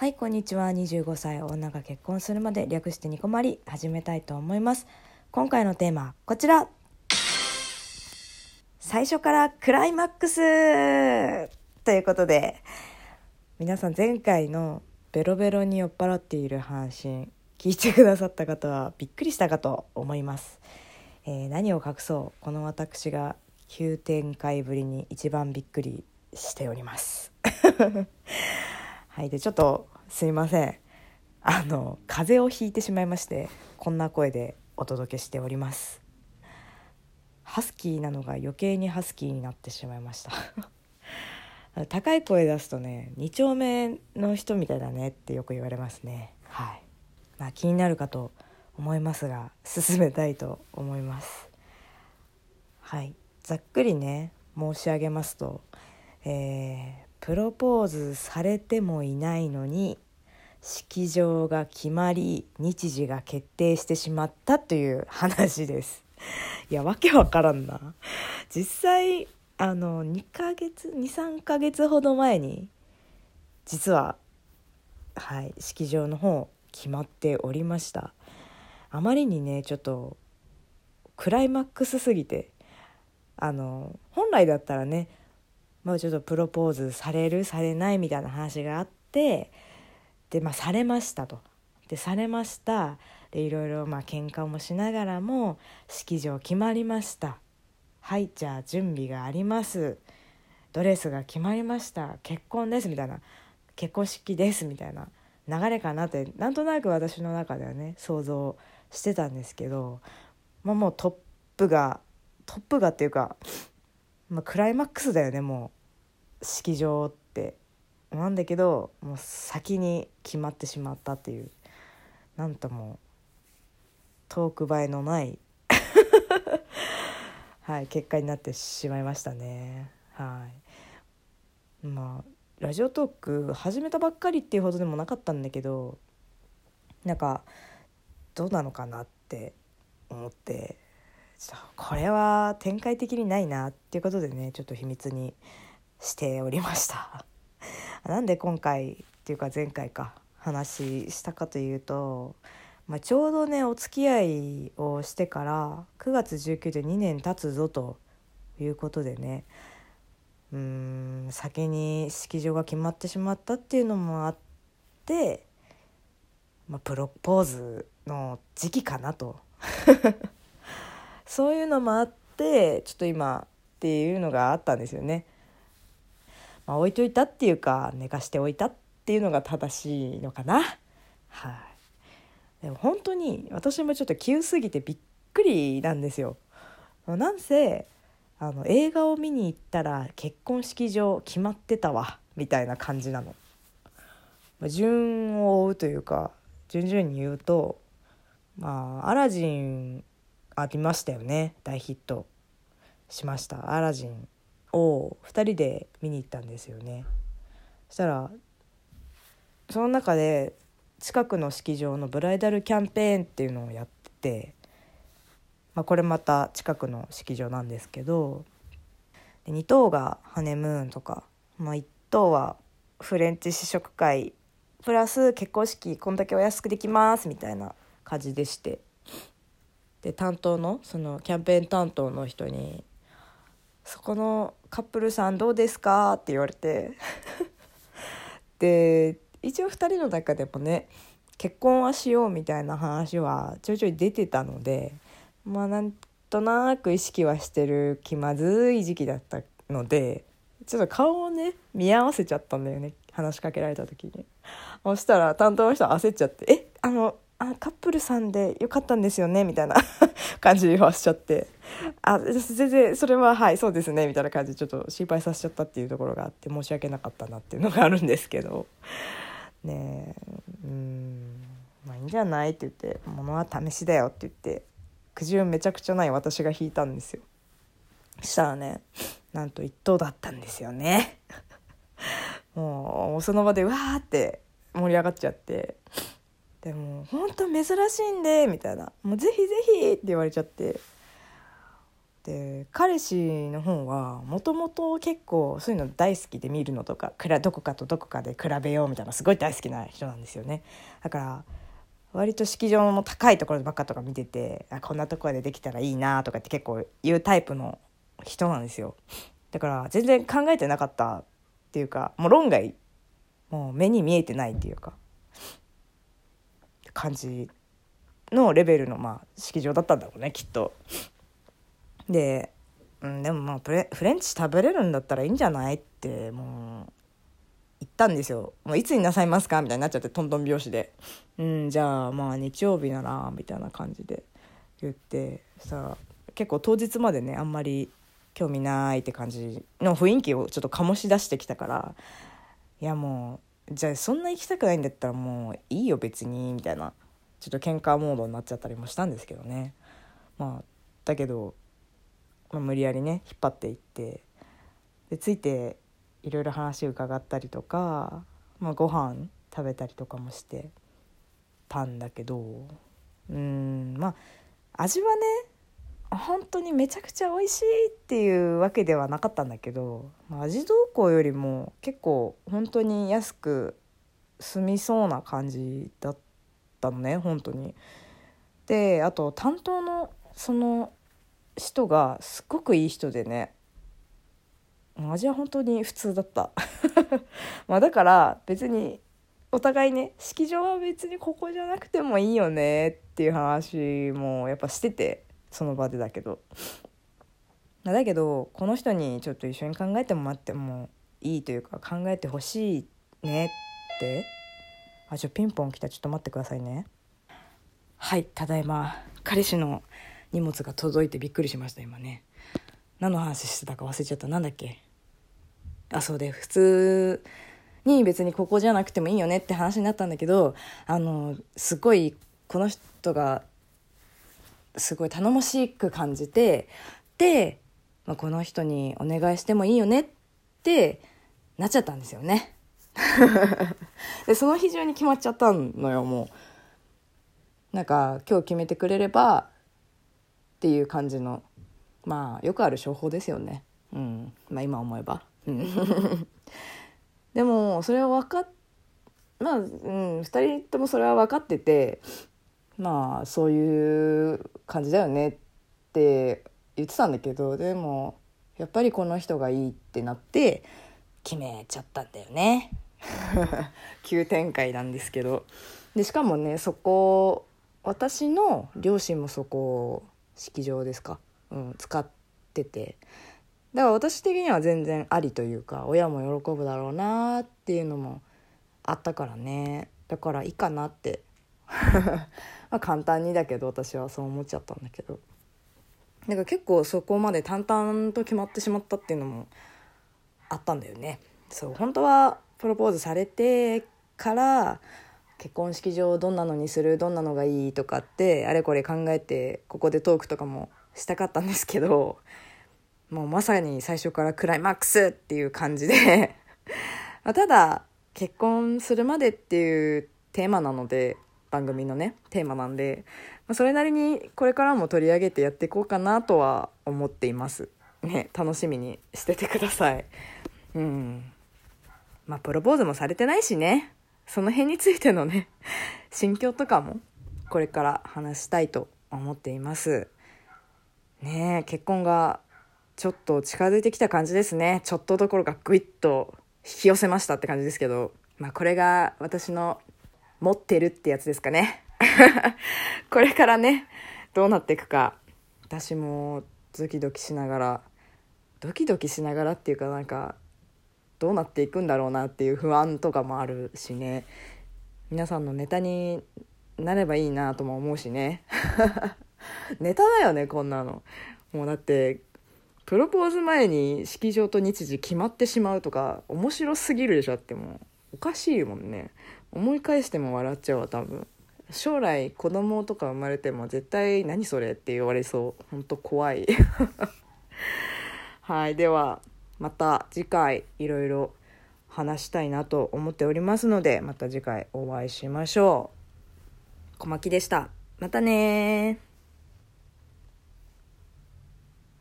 はい、こんにちは。25歳女が結婚するまで略してニコマリ始めたいと思います。今回のテーマはこちら。最初からクライマックスということで、皆さん前回のベロベロに酔っ払っている話聞いてくださった方はびっくりしたかと思います。何を隠そう、この私が急展開ぶりに一番びっくりしておりますはい、でちょっとすいません、風邪をひいてしまいまして、こんな声でお届けしております。ハスキーなのが余計にハスキーになってしまいました高い声出すとね、2丁目の人みたいだねってよく言われますね。はい、気になるかと思いますが進めたいと思います。はい、ざっくりね申し上げますと、プロポーズされてもいないのに式場が決まり日時が決定してしまったという話です。いや、わけわからんな。実際2、3ヶ月ほど前に実は、式場の方決まっておりました。あまりにねちょっとクライマックスすぎて、本来だったらね、ちょっとプロポーズされるされないみたいな話があって、でされましたと。でされました。でいろいろ喧嘩もしながらも式場決まりました。はい、じゃあ準備があります。ドレスが決まりました。結婚ですみたいな、結婚式ですみたいな流れかなってなんとなく私の中ではね想像してたんですけど、もうトップがっていうか、クライマックスだよね。もう式場ってなんだけど、もう先に決まってしまったっていう、なんともトーク映えのない結果になってしまいましたね。ラジオトーク始めたばっかりっていうほどでもなかったんだけど、どうなのかなって思って、これは展開的にないなっていうことでね、ちょっと秘密にしておりましたなんで今回っていうか前回話したかというと、ちょうどねお付き合いをしてから9月19で2年経つぞということでね、先に式場が決まってしまったっていうのもあって、プロポーズの時期かなとそういうのもあってちょっと今っていうのがあったんですよね。置いといたっていうか寝かしておいたっていうのが正しいのかな。でも本当に私もちょっと急すぎてびっくりなんですよ。なんせ映画を見に行ったら結婚式場決まってたわみたいな感じなの。順を追うというか順々に言うと、アラジンありましたよね。大ヒットしましたアラジンを2人で見に行ったんですよね。そしたらその中で近くの式場のブライダルキャンペーンっていうのをやってて、これまた近くの式場なんですけど、2等がハネムーンとか、1等はフレンチ試食会プラス結婚式こんだけお安くできますみたいな感じでして、で担当のそのキャンペーン担当の人にそこのカップルさんどうですかって言われてで一応2人の中でもね結婚はしようみたいな話はちょいちょい出てたので、なんとなく意識はしてる気まずい時期だったので、ちょっと顔をね見合わせちゃったんだよね、話しかけられた時に。そしたら担当の人は焦っちゃって、カップルさんでよかったんですよねみたいな感じで言わしちゃって、全然それはそうですねみたいな感じでちょっと心配させちゃったっていうところがあって申し訳なかったなっていうのがあるんですけどね。いいんじゃないって言って、物は試しだよって言ってくじ運めちゃくちゃない私が引いたんですよ。そしたらね、なんと1等だったんですよねもうその場でわーって盛り上がっちゃって、でも本当珍しいんでみたいな、もうぜひぜひって言われちゃって、 で彼氏の方はもともと結構そういうの大好きで見るのとかどこかとどこかで比べようみたいなすごい大好きな人なんですよね。だから割と式場の高いところばっかとか見てて、こんなところでできたらいいなとかって結構言うタイプの人なんですよ。だから全然考えてなかったっていうか、もう論外、もう目に見えてないっていうか感じのレベルの式場だったんだろうね、きっと。で、でもフレンチ食べれるんだったらいいんじゃないってもう言ったんですよ。もういつになさいますかみたいになっちゃって、トントン拍子で、じゃあ日曜日ならみたいな感じで言って、さ結構当日までねあんまり興味ないって感じの雰囲気をちょっと醸し出してきたから、いやもうじゃあそんな行きたくないんだったらもういいよ別にみたいな、ちょっと喧嘩モードになっちゃったりもしたんですけどね。だけど、無理やりね引っ張っていって、でついていろいろ話伺ったりとか、ご飯食べたりとかもしてたんだけど、味はね本当にめちゃくちゃ美味しいっていうわけではなかったんだけど、味どうこうよりも結構本当に安く済みそうな感じだったのね、本当に。であと担当のその人がすっごくいい人でね、味は本当に普通だっただから別にお互いね、式場は別にここじゃなくてもいいよねっていう話もやっぱしてて、その場でだけどこの人にちょっと一緒に考えてもらってもいいというか、考えてほしいねって。ピンポン来た、ちょっと待ってくださいね。はい、ただいま彼氏の荷物が届いてびっくりしました今ね。何の話してたか忘れちゃった。なんだっけ。そうで、普通に別にここじゃなくてもいいよねって話になったんだけど、すごいこの人がすごい頼もしく感じて、で、この人にお願いしてもいいよねってなっちゃったんですよねでその日中に決まっちゃったのよ。もうなんか今日決めてくれればっていう感じの、よくある商法ですよね。今思えばでもそれは2人ともそれは分かってて、そういう感じだよねって言ってたんだけど、でもやっぱりこの人がいいってなって決めちゃったんだよね急展開なんですけど。でしかもね、そこ私の両親もそこ式場ですか、使ってて、だから私的には全然ありというか、親も喜ぶだろうなっていうのもあったからね。だからいいかなって簡単にだけど私はそう思っちゃったんだけど、だから結構そこまで淡々と決まってしまったっていうのもあったんだよね。そう、本当はプロポーズされてから結婚式場どんなのにする、どんなのがいいとかってあれこれ考えて、ここでトークとかもしたかったんですけど、もうまさに最初からクライマックスっていう感じでただ結婚するまでっていうテーマなので、番組のねテーマなんで、それなりにこれからも取り上げてやっていこうかなとは思っていますね。楽しみにしててください。プロポーズもされてないしね、その辺についてのね心境とかもこれから話したいと思っていますね。結婚がちょっと近づいてきた感じですね。ちょっとどころかグイッと引き寄せましたって感じですけど、これが私の持ってるってやつですかねこれからねどうなっていくか、私もドキドキしながらっていうか、なんかどうなっていくんだろうなっていう不安とかもあるしね。皆さんのネタになればいいなとも思うしねネタだよねこんなの。もうだってプロポーズ前に式場と日時決まってしまうとか面白すぎるでしょ。だってもうおかしいもんね。思い返しても笑っちゃうわ多分。将来子供とか生まれても絶対何それって言われそう。ほんと怖いはい、ではまた次回いろいろ話したいなと思っておりますので、また次回お会いしましょう。小牧でした。またね。